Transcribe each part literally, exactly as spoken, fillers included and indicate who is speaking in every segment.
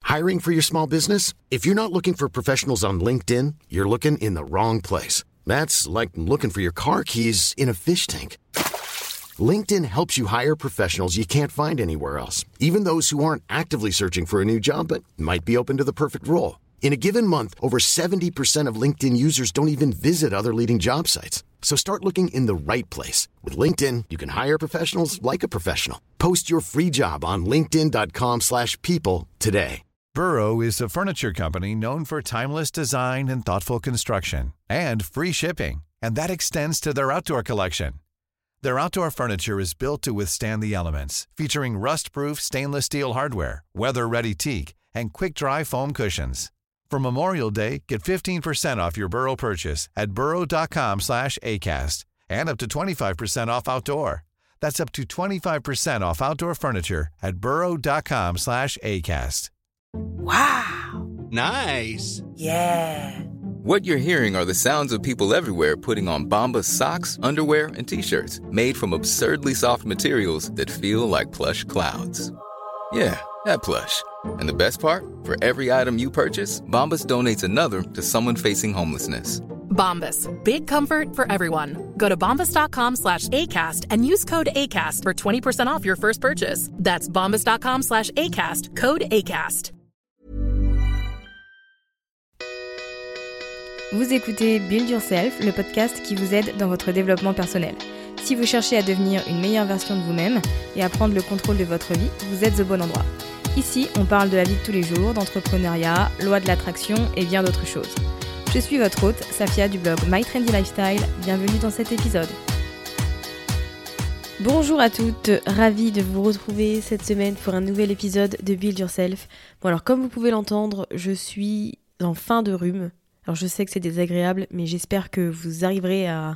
Speaker 1: Hiring for your small business? If you're not looking for professionals on LinkedIn, you're looking in the wrong place. That's like looking for your car keys in a fish tank. LinkedIn helps you hire professionals you can't find anywhere else, even those who aren't actively searching for a new job but might be open to the perfect role. In a given month, over seventy percent of LinkedIn users don't even visit other leading job sites. So start looking in the right place. With LinkedIn, you can hire professionals like a professional. Post your free job on linkedin.com slash people today.
Speaker 2: Burrow is a furniture company known for timeless design and thoughtful construction, and free shipping, and that extends to their outdoor collection. Their outdoor furniture is built to withstand the elements, featuring rust-proof stainless steel hardware, weather-ready teak, and quick-dry foam cushions. For Memorial Day, get fifteen percent off your Burrow purchase at burrow.com slash ACAST and up to twenty-five percent off outdoor. That's up to twenty-five percent off outdoor furniture at burrow.com slash ACAST.
Speaker 3: Wow!
Speaker 4: Nice!
Speaker 3: Yeah!
Speaker 5: What you're hearing are the sounds of people everywhere putting on Bombas socks, underwear, and T-shirts made from absurdly soft materials that feel like plush clouds. Yeah, that plush. And the best part? For every item you purchase, Bombas donates another to someone facing homelessness.
Speaker 6: Bombas. Big comfort for everyone. Go to bombas.com slash ACAST and use code ACAST for twenty percent off your first purchase. That's bombas.com slash ACAST. Code ACAST.
Speaker 7: Vous écoutez Build Yourself, le podcast qui vous aide dans votre développement personnel. Si vous cherchez à devenir une meilleure version de vous-même et à prendre le contrôle de votre vie, vous êtes au bon endroit. Ici, on parle de la vie de tous les jours, d'entrepreneuriat, loi de l'attraction et bien d'autres choses. Je suis votre hôte, Safia du blog My Trendy Lifestyle. Bienvenue dans cet épisode. Bonjour à toutes, ravie de vous retrouver cette semaine pour un nouvel épisode de Build Yourself. Bon alors comme vous pouvez l'entendre, je suis en fin de rhume. Alors je sais que c'est désagréable, mais j'espère que vous arriverez à,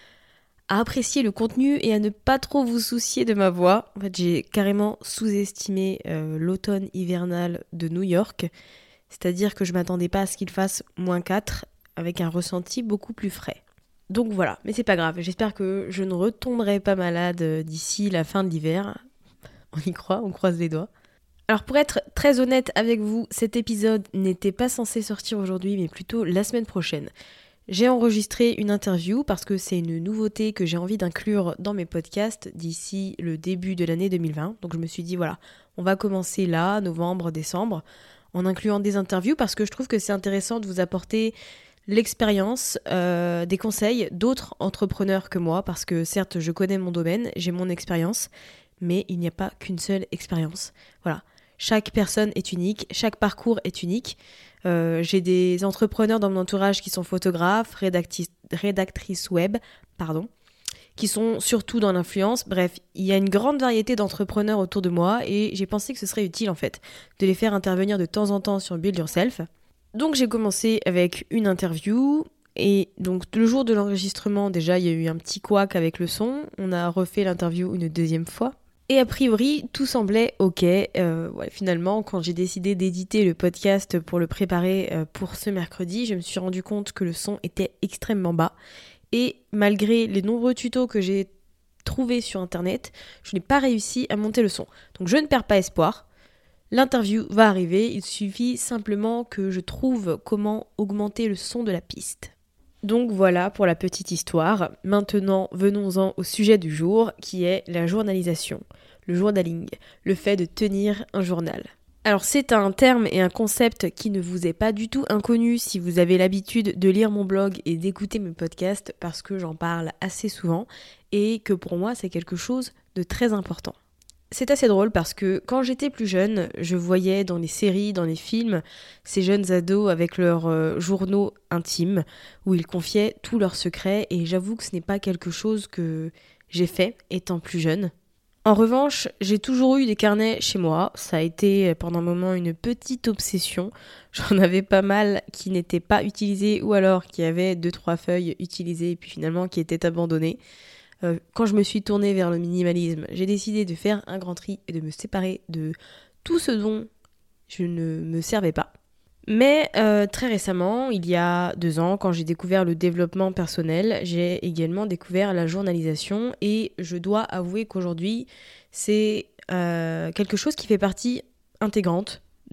Speaker 7: à apprécier le contenu et à ne pas trop vous soucier de ma voix. En fait, j'ai carrément sous-estimé euh, l'automne hivernal de New York. C'est-à-dire que je m'attendais pas à ce qu'il fasse moins quatre, avec un ressenti beaucoup plus frais. Donc voilà, mais c'est pas grave, j'espère que je ne retomberai pas malade d'ici la fin de l'hiver. On y croit, on croise les doigts. Alors pour être très honnête avec vous, cet épisode n'était pas censé sortir aujourd'hui, mais plutôt la semaine prochaine. J'ai enregistré une interview parce que c'est une nouveauté que j'ai envie d'inclure dans mes podcasts d'ici le début de l'année deux mille vingt. Donc je me suis dit voilà, on va commencer là, novembre, décembre, en incluant des interviews parce que je trouve que c'est intéressant de vous apporter l'expérience, euh, des conseils d'autres entrepreneurs que moi, parce que certes je connais mon domaine, j'ai mon expérience, mais il n'y a pas qu'une seule expérience. Voilà. Chaque personne est unique, chaque parcours est unique. Euh, j'ai des entrepreneurs dans mon entourage qui sont photographes, rédacti- rédactrices web, pardon, qui sont surtout dans l'influence. Bref, il y a une grande variété d'entrepreneurs autour de moi et j'ai pensé que ce serait utile en fait de les faire intervenir de temps en temps sur Build Yourself. Donc j'ai commencé avec une interview et donc le jour de l'enregistrement déjà il y a eu un petit couac avec le son. On a refait l'interview une deuxième fois. Et a priori, tout semblait ok. Euh, ouais, finalement, quand j'ai décidé d'éditer le podcast pour le préparer euh, pour ce mercredi, je me suis rendu compte que le son était extrêmement bas. Et malgré les nombreux tutos que j'ai trouvés sur internet, je n'ai pas réussi à monter le son. Donc je ne perds pas espoir. L'interview va arriver, il suffit simplement que je trouve comment augmenter le son de la piste. Donc voilà pour la petite histoire. Maintenant, venons-en au sujet du jour, qui est la journalisation, le journaling, le fait de tenir un journal. Alors c'est un terme et un concept qui ne vous est pas du tout inconnu si vous avez l'habitude de lire mon blog et d'écouter mes podcasts, parce que j'en parle assez souvent et que pour moi c'est quelque chose de très important. C'est assez drôle parce que quand j'étais plus jeune, je voyais dans les séries, dans les films, ces jeunes ados avec leurs euh, journaux intimes où ils confiaient tous leurs secrets, et j'avoue que ce n'est pas quelque chose que j'ai fait étant plus jeune. En revanche, j'ai toujours eu des carnets chez moi, ça a été pendant un moment une petite obsession. J'en avais pas mal qui n'étaient pas utilisés ou alors qui avaient deux trois feuilles utilisées et puis finalement qui étaient abandonnées. Euh, quand je me suis tournée vers le minimalisme, j'ai décidé de faire un grand tri et de me séparer de tout ce dont je ne me servais pas. Mais euh, très récemment, il y a deux ans, quand j'ai découvert le développement personnel, j'ai également découvert la journalisation et je dois avouer qu'aujourd'hui, c'est euh, quelque chose qui fait partie intégrante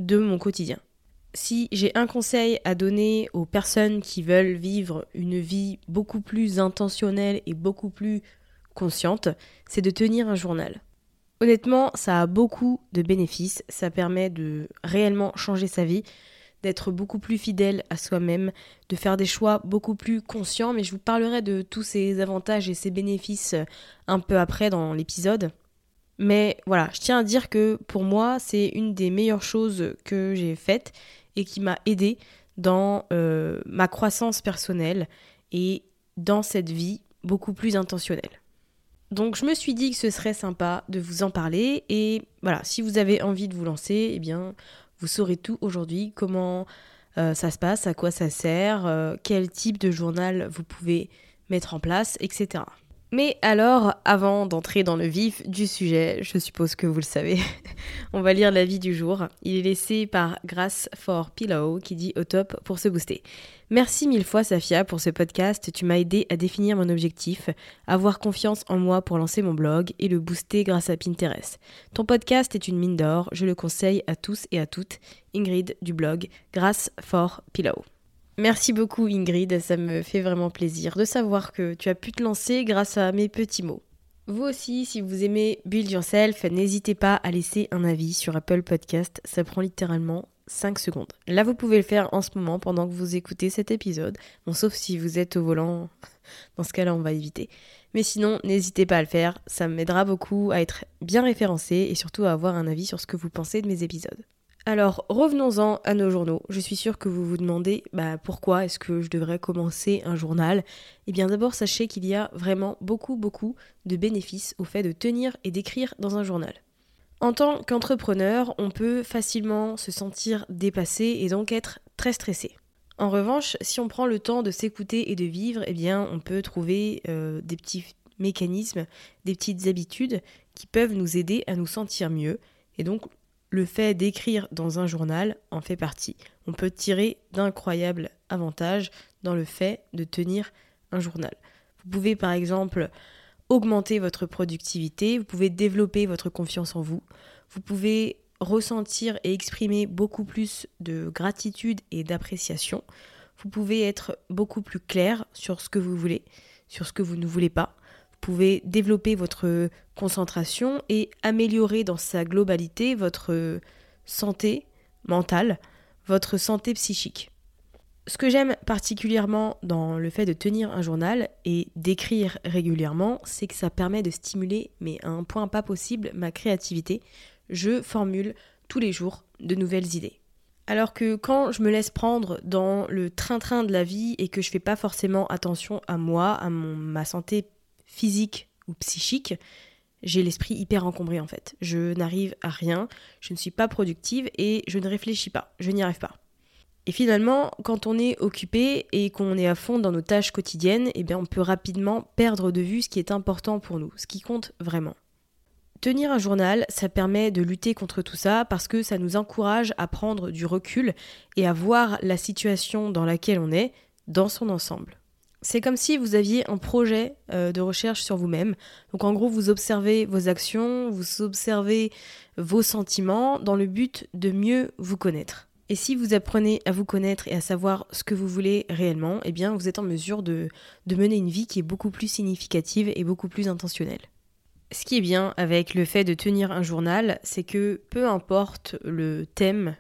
Speaker 7: de mon quotidien. Si j'ai un conseil à donner aux personnes qui veulent vivre une vie beaucoup plus intentionnelle et beaucoup plus consciente, c'est de tenir un journal. Honnêtement, ça a beaucoup de bénéfices, ça permet de réellement changer sa vie, d'être beaucoup plus fidèle à soi-même, de faire des choix beaucoup plus conscients, mais je vous parlerai de tous ces avantages et ces bénéfices un peu après dans l'épisode. Mais voilà, je tiens à dire que pour moi, c'est une des meilleures choses que j'ai faites et qui m'a aidée dans euh, ma croissance personnelle et dans cette vie beaucoup plus intentionnelle. Donc je me suis dit que ce serait sympa de vous en parler et voilà, si vous avez envie de vous lancer, eh bien vous saurez tout aujourd'hui, comment euh, ça se passe, à quoi ça sert, euh, quel type de journal vous pouvez mettre en place, et cetera. Mais alors, avant d'entrer dans le vif du sujet, je suppose que vous le savez, on va lire l'avis du jour. Il est laissé par Grass for Pillow qui dit au top pour se booster. Merci mille fois Safia pour ce podcast, tu m'as aidé à définir mon objectif, avoir confiance en moi pour lancer mon blog et le booster grâce à Pinterest. Ton podcast est une mine d'or, je le conseille à tous et à toutes. Ingrid du blog Grass for Pillow. Merci beaucoup Ingrid, ça me fait vraiment plaisir de savoir que tu as pu te lancer grâce à mes petits mots. Vous aussi, si vous aimez Build Yourself, n'hésitez pas à laisser un avis sur Apple Podcast, ça prend littéralement cinq secondes. Là, vous pouvez le faire en ce moment pendant que vous écoutez cet épisode, bon, sauf si vous êtes au volant, dans ce cas-là on va éviter. Mais sinon, n'hésitez pas à le faire, ça m'aidera beaucoup à être bien référencé et surtout à avoir un avis sur ce que vous pensez de mes épisodes. Alors, revenons-en à nos journaux. Je suis sûre que vous vous demandez bah, pourquoi est-ce que je devrais commencer un journal. Eh bien d'abord, sachez qu'il y a vraiment beaucoup, beaucoup de bénéfices au fait de tenir et d'écrire dans un journal. En tant qu'entrepreneur, on peut facilement se sentir dépassé et donc être très stressé. En revanche, si on prend le temps de s'écouter et de vivre, eh bien on peut trouver euh, des petits mécanismes, des petites habitudes qui peuvent nous aider à nous sentir mieux. Et donc, le fait d'écrire dans un journal en fait partie. On peut tirer d'incroyables avantages dans le fait de tenir un journal. Vous pouvez par exemple augmenter votre productivité, vous pouvez développer votre confiance en vous, vous pouvez ressentir et exprimer beaucoup plus de gratitude et d'appréciation, vous pouvez être beaucoup plus clair sur ce que vous voulez, sur ce que vous ne voulez pas. Vous pouvez développer votre concentration et améliorer dans sa globalité votre santé mentale, votre santé psychique. Ce que j'aime particulièrement dans le fait de tenir un journal et d'écrire régulièrement, c'est que ça permet de stimuler, mais à un point pas possible, ma créativité. Je formule tous les jours de nouvelles idées. Alors que quand je me laisse prendre dans le train-train de la vie et que je fais pas forcément attention à moi, à mon, ma santé physique ou psychique, j'ai l'esprit hyper encombré en fait. Je n'arrive à rien, je ne suis pas productive et je ne réfléchis pas, je n'y arrive pas. Et finalement, quand on est occupé et qu'on est à fond dans nos tâches quotidiennes, eh bien on peut rapidement perdre de vue ce qui est important pour nous, ce qui compte vraiment. Tenir un journal, ça permet de lutter contre tout ça parce que ça nous encourage à prendre du recul et à voir la situation dans laquelle on est dans son ensemble. C'est comme si vous aviez un projet euh, de recherche sur vous-même. Donc en gros, vous observez vos actions, vous observez vos sentiments dans le but de mieux vous connaître. Et si vous apprenez à vous connaître et à savoir ce que vous voulez réellement, eh bien vous êtes en mesure de, de mener une vie qui est beaucoup plus significative et beaucoup plus intentionnelle. Ce qui est bien avec le fait de tenir un journal, c'est que peu importe le thème,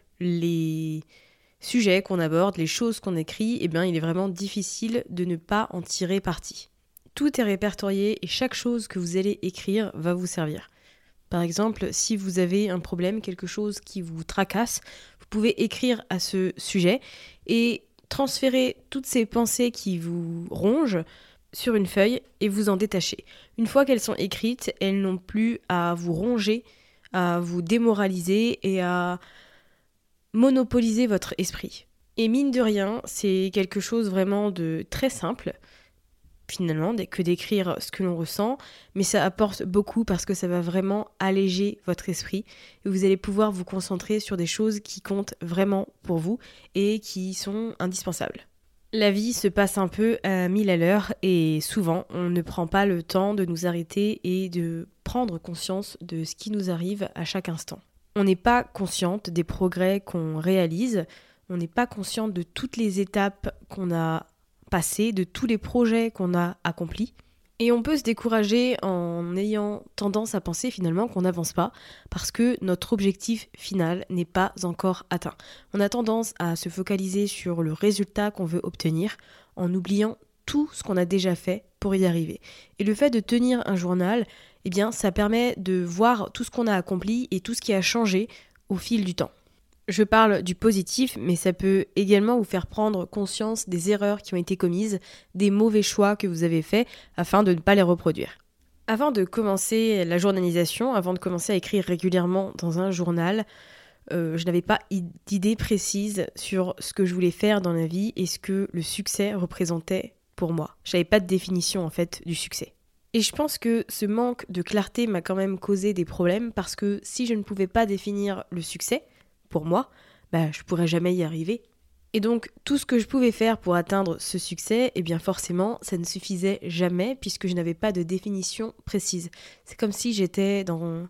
Speaker 7: les sujets qu'on aborde, les choses qu'on écrit, eh bien, il est vraiment difficile de ne pas en tirer parti. Tout est répertorié et chaque chose que vous allez écrire va vous servir. Par exemple, si vous avez un problème, quelque chose qui vous tracasse, vous pouvez écrire à ce sujet et transférer toutes ces pensées qui vous rongent sur une feuille et vous en détacher. Une fois qu'elles sont écrites, elles n'ont plus à vous ronger, à vous démoraliser et à monopoliser votre esprit. Et mine de rien, c'est quelque chose vraiment de très simple, finalement, que d'écrire ce que l'on ressent, mais ça apporte beaucoup parce que ça va vraiment alléger votre esprit et vous allez pouvoir vous concentrer sur des choses qui comptent vraiment pour vous et qui sont indispensables. La vie se passe un peu à mille à l'heure et souvent on ne prend pas le temps de nous arrêter et de prendre conscience de ce qui nous arrive à chaque instant. On n'est pas consciente des progrès qu'on réalise, on n'est pas consciente de toutes les étapes qu'on a passées, de tous les projets qu'on a accomplis. Et on peut se décourager en ayant tendance à penser finalement qu'on n'avance pas parce que notre objectif final n'est pas encore atteint. On a tendance à se focaliser sur le résultat qu'on veut obtenir en oubliant tout ce qu'on a déjà fait pour y arriver. Et le fait de tenir un journal, eh bien, ça permet de voir tout ce qu'on a accompli et tout ce qui a changé au fil du temps. Je parle du positif, mais ça peut également vous faire prendre conscience des erreurs qui ont été commises, des mauvais choix que vous avez faits, afin de ne pas les reproduire. Avant de commencer la journalisation, avant de commencer à écrire régulièrement dans un journal, euh, je n'avais pas d'idée précise sur ce que je voulais faire dans la vie et ce que le succès représentait pour moi. Je n'avais pas de définition en fait du succès. Et je pense que ce manque de clarté m'a quand même causé des problèmes parce que si je ne pouvais pas définir le succès, pour moi, bah, je ne pourrais jamais y arriver. Et donc, tout ce que je pouvais faire pour atteindre ce succès, eh bien forcément, ça ne suffisait jamais puisque je n'avais pas de définition précise. C'est comme si j'étais dans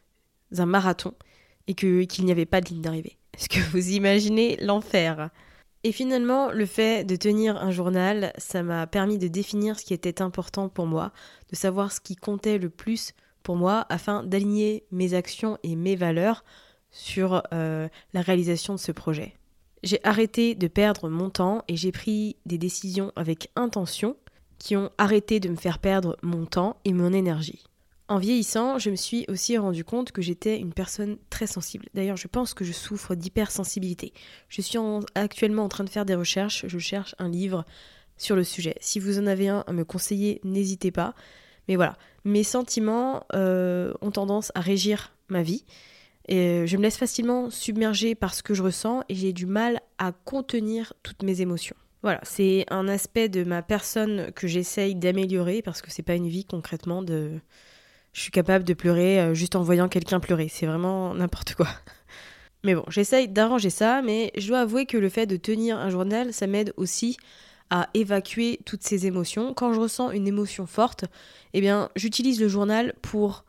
Speaker 7: un marathon et que, qu'il n'y avait pas de ligne d'arrivée. Est-ce que vous imaginez l'enfer ? Et finalement, le fait de tenir un journal, ça m'a permis de définir ce qui était important pour moi, de savoir ce qui comptait le plus pour moi afin d'aligner mes actions et mes valeurs sur euh, la réalisation de ce projet. J'ai arrêté de perdre mon temps et j'ai pris des décisions avec intention qui ont arrêté de me faire perdre mon temps et mon énergie. En vieillissant, je me suis aussi rendu compte que j'étais une personne très sensible. D'ailleurs, je pense que je souffre d'hypersensibilité. Je suis en, actuellement en train de faire des recherches, je cherche un livre sur le sujet. Si vous en avez un à me conseiller, n'hésitez pas. Mais voilà, mes sentiments euh, ont tendance à régir ma vie. Et je me laisse facilement submerger par ce que je ressens et j'ai du mal à contenir toutes mes émotions. Voilà, c'est un aspect de ma personne que j'essaye d'améliorer parce que c'est pas une vie concrètement de... Je suis capable de pleurer juste en voyant quelqu'un pleurer, c'est vraiment n'importe quoi. Mais bon, j'essaye d'arranger ça, mais je dois avouer que le fait de tenir un journal, ça m'aide aussi à évacuer toutes ces émotions. Quand je ressens une émotion forte, eh bien, j'utilise le journal pour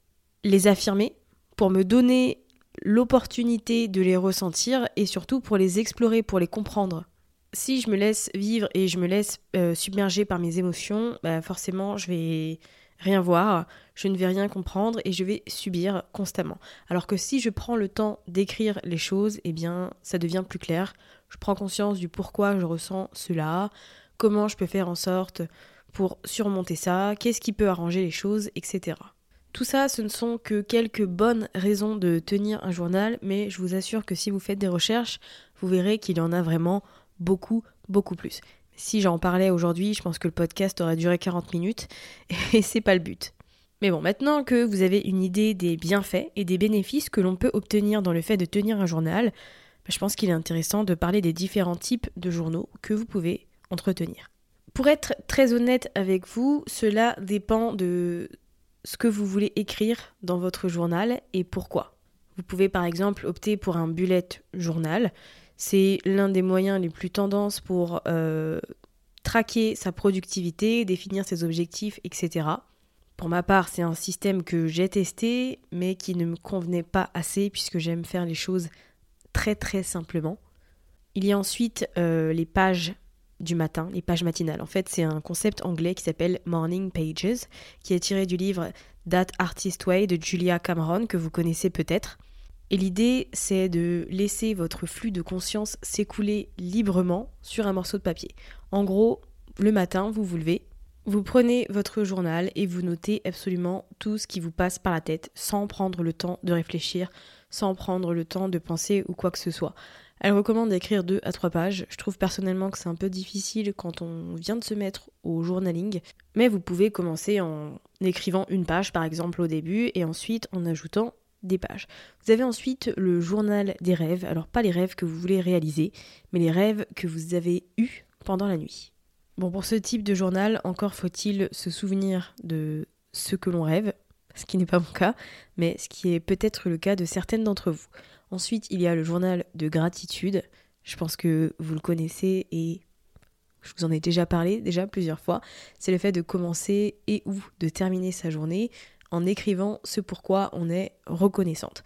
Speaker 7: les affirmer, pour me donner l'opportunité de les ressentir et surtout pour les explorer, pour les comprendre. Si je me laisse vivre et je me laisse euh, submerger par mes émotions, bah forcément je vais rien voir, je ne vais rien comprendre et je vais subir constamment. Alors que si je prends le temps d'écrire les choses, eh bien ça devient plus clair. Je prends conscience du pourquoi je ressens cela, comment je peux faire en sorte pour surmonter ça, qu'est-ce qui peut arranger les choses, et cetera. Tout ça, ce ne sont que quelques bonnes raisons de tenir un journal, mais je vous assure que si vous faites des recherches, vous verrez qu'il y en a vraiment beaucoup, beaucoup plus. Si j'en parlais aujourd'hui, je pense que le podcast aurait duré quarante minutes, et c'est pas le but. Mais bon, maintenant que vous avez une idée des bienfaits et des bénéfices que l'on peut obtenir dans le fait de tenir un journal, je pense qu'il est intéressant de parler des différents types de journaux que vous pouvez entretenir. Pour être très honnête avec vous, cela dépend de ce que vous voulez écrire dans votre journal et pourquoi. Vous pouvez par exemple opter pour un bullet journal. C'est l'un des moyens les plus tendances pour euh, traquer sa productivité, définir ses objectifs, et cetera. Pour ma part, c'est un système que j'ai testé, mais qui ne me convenait pas assez puisque j'aime faire les choses très très simplement. Il y a ensuite euh, les pages du matin, les pages matinales. En fait, c'est un concept anglais qui s'appelle Morning Pages, qui est tiré du livre That Artist Way de Julia Cameron, que vous connaissez peut-être. Et l'idée, c'est de laisser votre flux de conscience s'écouler librement sur un morceau de papier. En gros, le matin, vous vous levez, vous prenez votre journal et vous notez absolument tout ce qui vous passe par la tête, sans prendre le temps de réfléchir, sans prendre le temps de penser ou quoi que ce soit. Elle recommande d'écrire deux à trois pages. Je trouve personnellement que c'est un peu difficile quand on vient de se mettre au journaling, mais vous pouvez commencer en écrivant une page par exemple au début et ensuite en ajoutant des pages. Vous avez ensuite le journal des rêves, alors pas les rêves que vous voulez réaliser, mais les rêves que vous avez eus pendant la nuit. Bon, pour ce type de journal, encore faut-il se souvenir de ce que l'on rêve, ce qui n'est pas mon cas, mais ce qui est peut-être le cas de certaines d'entre vous. Ensuite, il y a le journal de gratitude. Je pense que vous le connaissez et je vous en ai déjà parlé déjà plusieurs fois. C'est le fait de commencer et ou de terminer sa journée en écrivant ce pourquoi on est reconnaissante.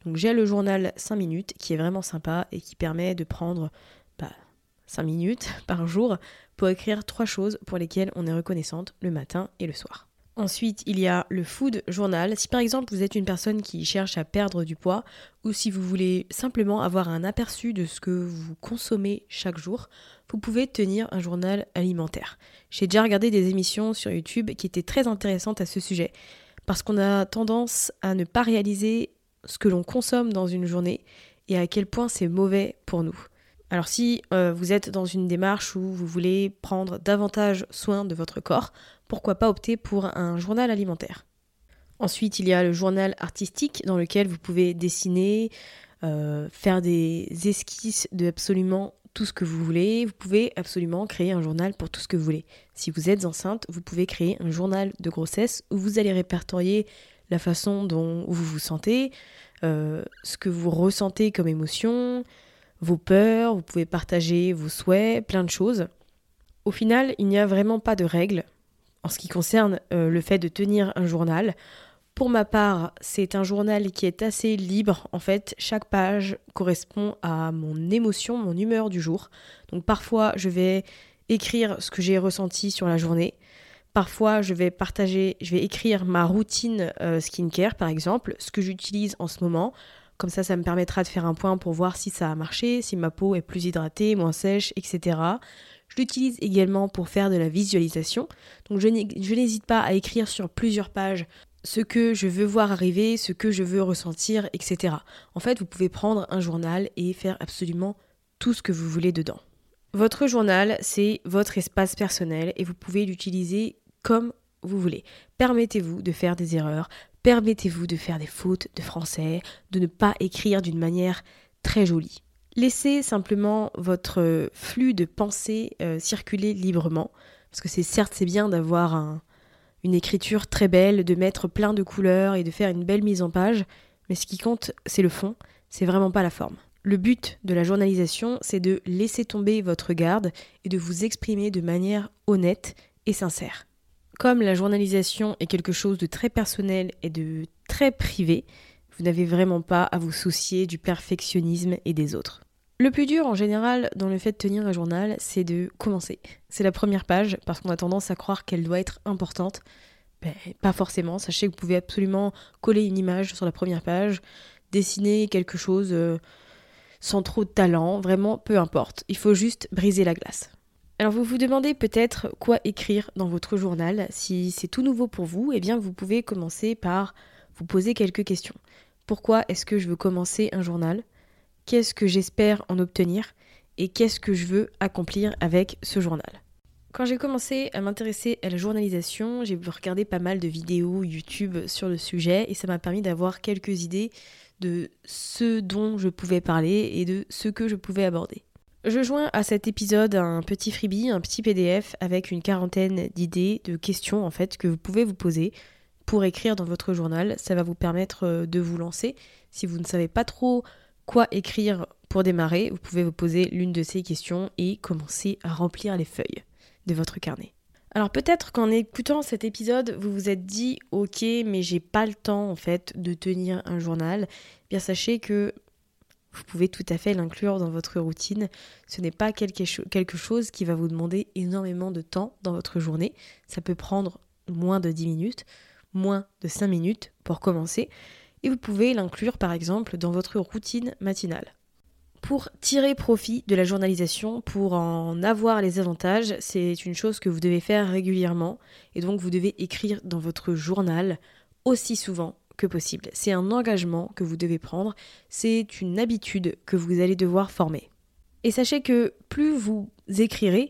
Speaker 7: Donc j'ai le journal cinq minutes qui est vraiment sympa et qui permet de prendre bah, cinq minutes par jour pour écrire trois choses pour lesquelles on est reconnaissante le matin et le soir. Ensuite, il y a le food journal. Si par exemple vous êtes une personne qui cherche à perdre du poids ou si vous voulez simplement avoir un aperçu de ce que vous consommez chaque jour, vous pouvez tenir un journal alimentaire. J'ai déjà regardé des émissions sur YouTube qui étaient très intéressantes à ce sujet parce qu'on a tendance à ne pas réaliser ce que l'on consomme dans une journée et à quel point c'est mauvais pour nous. Alors si euh, vous êtes dans une démarche où vous voulez prendre davantage soin de votre corps, pourquoi pas opter pour un journal alimentaire. Ensuite, il y a le journal artistique dans lequel vous pouvez dessiner, euh, faire des esquisses de absolument tout ce que vous voulez. Vous pouvez absolument créer un journal pour tout ce que vous voulez. Si vous êtes enceinte, vous pouvez créer un journal de grossesse où vous allez répertorier la façon dont vous vous sentez, euh, ce que vous ressentez comme émotion, vos peurs, vous pouvez partager vos souhaits, plein de choses. Au final, il n'y a vraiment pas de règles en ce qui concerne euh, le fait de tenir un journal. Pour ma part, c'est un journal qui est assez libre. En fait, chaque page correspond à mon émotion, mon humeur du jour. Donc parfois, je vais écrire ce que j'ai ressenti sur la journée. Parfois, je vais partager, je vais écrire ma routine euh, skincare, par exemple, ce que j'utilise en ce moment. Comme ça, ça me permettra de faire un point pour voir si ça a marché, si ma peau est plus hydratée, moins sèche, et cetera. Je l'utilise également pour faire de la visualisation. Donc je n'hésite pas à écrire sur plusieurs pages ce que je veux voir arriver, ce que je veux ressentir, et cetera. En fait, vous pouvez prendre un journal et faire absolument tout ce que vous voulez dedans. Votre journal, c'est votre espace personnel et vous pouvez l'utiliser comme vous voulez. Permettez-vous de faire des erreurs, permettez-vous de faire des fautes de français, de ne pas écrire d'une manière très jolie. Laissez simplement votre flux de pensée euh, circuler librement, parce que c'est certes c'est bien d'avoir un, une écriture très belle, de mettre plein de couleurs et de faire une belle mise en page, mais ce qui compte c'est le fond, c'est vraiment pas la forme. Le but de la journalisation, c'est de laisser tomber votre garde et de vous exprimer de manière honnête et sincère. Comme la journalisation est quelque chose de très personnel et de très privé, vous n'avez vraiment pas à vous soucier du perfectionnisme et des autres. Le plus dur en général dans le fait de tenir un journal, c'est de commencer. C'est la première page parce qu'on a tendance à croire qu'elle doit être importante. Ben, pas forcément, sachez que vous pouvez absolument coller une image sur la première page, dessiner quelque chose euh, sans trop de talent, vraiment peu importe. Il faut juste briser la glace. Alors vous vous demandez peut-être quoi écrire dans votre journal. Si c'est tout nouveau pour vous, eh bien vous pouvez commencer par vous poser quelques questions. Pourquoi est-ce que je veux commencer un journal ? Qu'est-ce que j'espère en obtenir et qu'est-ce que je veux accomplir avec ce journal. Quand j'ai commencé à m'intéresser à la journalisation, j'ai regardé pas mal de vidéos YouTube sur le sujet et ça m'a permis d'avoir quelques idées de ce dont je pouvais parler et de ce que je pouvais aborder. Je joins à cet épisode un petit freebie, un petit P D F avec une quarantaine d'idées, de questions en fait que vous pouvez vous poser pour écrire dans votre journal. Ça va vous permettre de vous lancer. Si vous ne savez pas trop quoi écrire pour démarrer, vous pouvez vous poser l'une de ces questions et commencer à remplir les feuilles de votre carnet. Alors peut-être qu'en écoutant cet épisode, vous vous êtes dit « Ok, mais j'ai pas le temps en fait de tenir un journal ». Bien sachez que vous pouvez tout à fait l'inclure dans votre routine. Ce n'est pas quelque chose qui va vous demander énormément de temps dans votre journée. Ça peut prendre moins de dix minutes, moins de cinq minutes pour commencer. Et vous pouvez l'inclure par exemple dans votre routine matinale. Pour tirer profit de la journalisation, pour en avoir les avantages, c'est une chose que vous devez faire régulièrement et donc vous devez écrire dans votre journal aussi souvent que possible. C'est un engagement que vous devez prendre, c'est une habitude que vous allez devoir former. Et sachez que plus vous écrirez,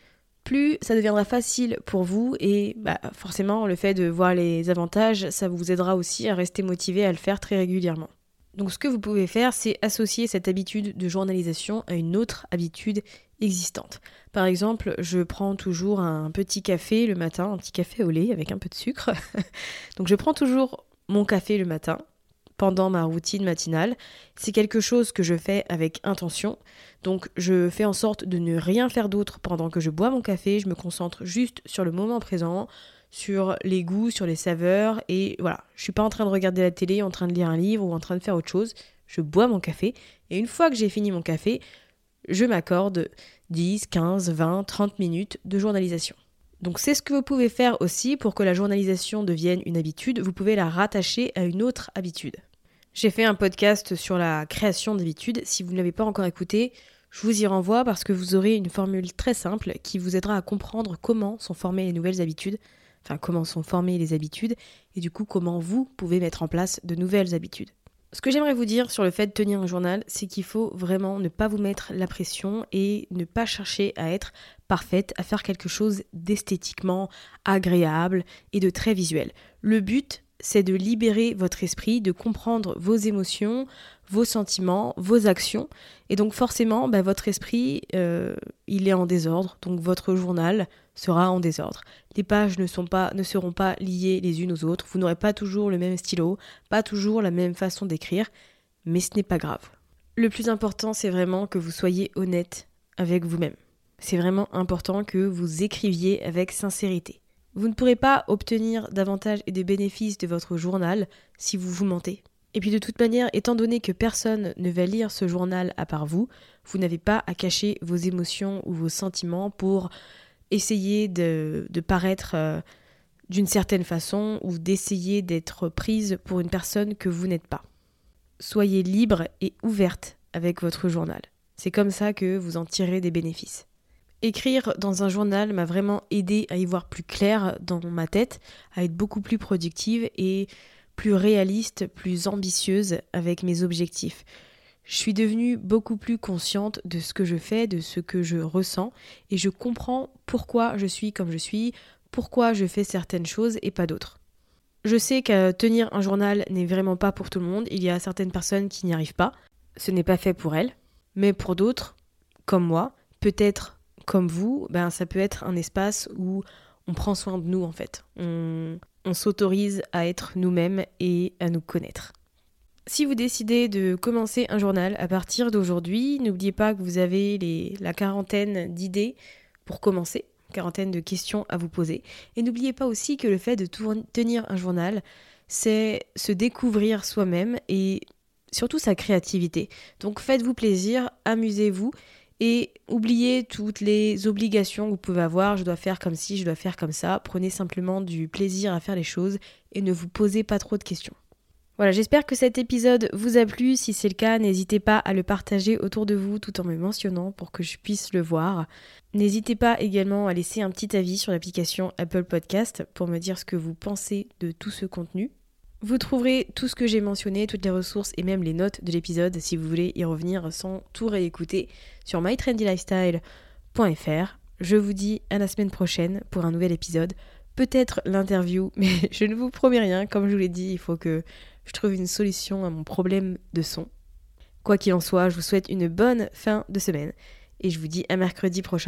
Speaker 7: plus ça deviendra facile pour vous et bah, forcément le fait de voir les avantages, ça vous aidera aussi à rester motivé à le faire très régulièrement. Donc ce que vous pouvez faire, c'est associer cette habitude de journalisation à une autre habitude existante. Par exemple, je prends toujours un petit café le matin, un petit café au lait avec un peu de sucre. Donc je prends toujours mon café le matin pendant ma routine matinale. C'est quelque chose que je fais avec intention. Donc je fais en sorte de ne rien faire d'autre pendant que je bois mon café. Je me concentre juste sur le moment présent, sur les goûts, sur les saveurs, et voilà, je suis pas en train de regarder la télé, en train de lire un livre ou en train de faire autre chose, je bois mon café, et une fois que j'ai fini mon café, je m'accorde dix, quinze, vingt, trente minutes de journalisation. Donc c'est ce que vous pouvez faire aussi pour que la journalisation devienne une habitude, vous pouvez la rattacher à une autre habitude. J'ai fait un podcast sur la création d'habitudes, si vous ne l'avez pas encore écouté, je vous y renvoie parce que vous aurez une formule très simple qui vous aidera à comprendre comment sont formées les nouvelles habitudes, enfin comment sont formées les habitudes, et du coup comment vous pouvez mettre en place de nouvelles habitudes. Ce que j'aimerais vous dire sur le fait de tenir un journal, c'est qu'il faut vraiment ne pas vous mettre la pression et ne pas chercher à être parfaite, à faire quelque chose d'esthétiquement agréable et de très visuel. Le but, c'est de libérer votre esprit, de comprendre vos émotions, vos sentiments, vos actions. Et donc forcément, bah, votre esprit, euh, il est en désordre, donc votre journal sera en désordre. Les pages ne, sont pas, ne seront pas liées les unes aux autres, vous n'aurez pas toujours le même stylo, pas toujours la même façon d'écrire, mais ce n'est pas grave. Le plus important, c'est vraiment que vous soyez honnête avec vous-même. C'est vraiment important que vous écriviez avec sincérité. Vous ne pourrez pas obtenir davantage et de bénéfices de votre journal si vous vous mentez. Et puis de toute manière, étant donné que personne ne va lire ce journal à part vous, vous n'avez pas à cacher vos émotions ou vos sentiments pour essayer de, de paraître euh, d'une certaine façon ou d'essayer d'être prise pour une personne que vous n'êtes pas. Soyez libre et ouverte avec votre journal. C'est comme ça que vous en tirez des bénéfices. Écrire dans un journal m'a vraiment aidé à y voir plus clair dans ma tête, à être beaucoup plus productive et plus réaliste, plus ambitieuse avec mes objectifs. Je suis devenue beaucoup plus consciente de ce que je fais, de ce que je ressens, et je comprends pourquoi je suis comme je suis, pourquoi je fais certaines choses et pas d'autres. Je sais que tenir un journal n'est vraiment pas pour tout le monde, il y a certaines personnes qui n'y arrivent pas, ce n'est pas fait pour elles, mais pour d'autres, comme moi, peut-être comme vous, ben ça peut être un espace où on prend soin de nous en fait. On, on s'autorise à être nous-mêmes et à nous connaître. Si vous décidez de commencer un journal à partir d'aujourd'hui, n'oubliez pas que vous avez les, la quarantaine d'idées pour commencer, quarantaine de questions à vous poser. Et n'oubliez pas aussi que le fait de tourner, tenir un journal, c'est se découvrir soi-même et surtout sa créativité. Donc faites-vous plaisir, amusez-vous. Et oubliez toutes les obligations que vous pouvez avoir, je dois faire comme ci, je dois faire comme ça. Prenez simplement du plaisir à faire les choses et ne vous posez pas trop de questions. Voilà, j'espère que cet épisode vous a plu. Si c'est le cas, n'hésitez pas à le partager autour de vous tout en me mentionnant pour que je puisse le voir. N'hésitez pas également à laisser un petit avis sur l'application Apple Podcast pour me dire ce que vous pensez de tout ce contenu. Vous trouverez tout ce que j'ai mentionné, toutes les ressources et même les notes de l'épisode si vous voulez y revenir sans tout réécouter sur my trendy lifestyle point f r. Je vous dis à la semaine prochaine pour un nouvel épisode. Peut-être l'interview, mais je ne vous promets rien. Comme je vous l'ai dit, il faut que je trouve une solution à mon problème de son. Quoi qu'il en soit, je vous souhaite une bonne fin de semaine et je vous dis à mercredi prochain.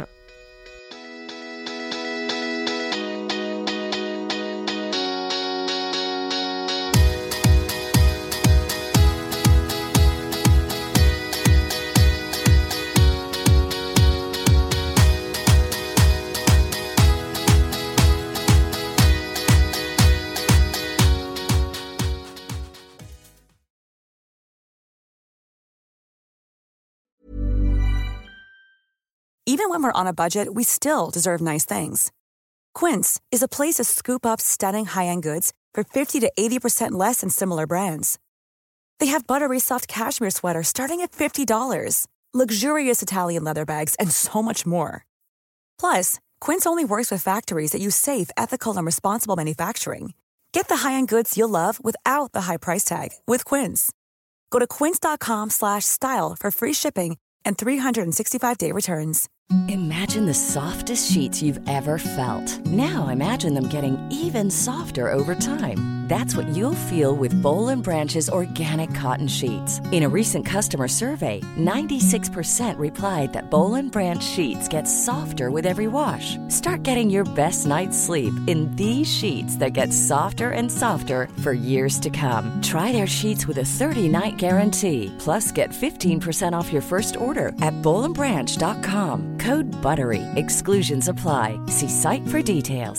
Speaker 4: Even when we're on a budget, we still deserve nice things. Quince is a place to scoop up stunning high-end goods for fifty to eighty percent less than similar brands. They have buttery soft cashmere sweaters starting at fifty dollars, luxurious Italian leather bags, and so much more. Plus, Quince only works with factories that use safe, ethical, and responsible manufacturing. Get the high-end goods you'll love without the high price tag with Quince. Go to quince.com slash style for free shipping and three sixty-five day returns.
Speaker 8: Imagine the softest sheets you've ever felt. Now imagine them getting even softer over time. That's what you'll feel with Boll and Branch's organic cotton sheets. In a recent customer survey, ninety-six percent replied that Boll and Branch sheets get softer with every wash. Start getting your best night's sleep in these sheets that get softer and softer for years to come. Try their sheets with a thirty-night guarantee. Plus, get fifteen percent off your first order at boll and branch dot com. Code BUTTERY. Exclusions apply. See site for details.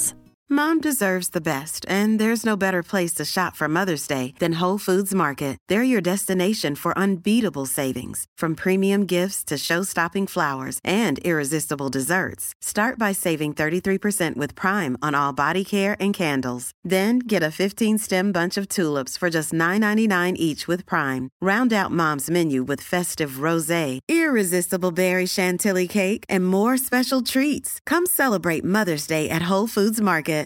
Speaker 9: Mom deserves the best, and there's no better place to shop for Mother's Day than Whole Foods Market. They're your destination for unbeatable savings, from premium gifts to show-stopping flowers and irresistible desserts. Start by saving thirty-three percent with Prime on all body care and candles. Then get a fifteen-stem bunch of tulips for just nine ninety-nine each with Prime. Round out Mom's menu with festive rosé, irresistible berry chantilly cake, and more special treats. Come celebrate Mother's Day at Whole Foods Market.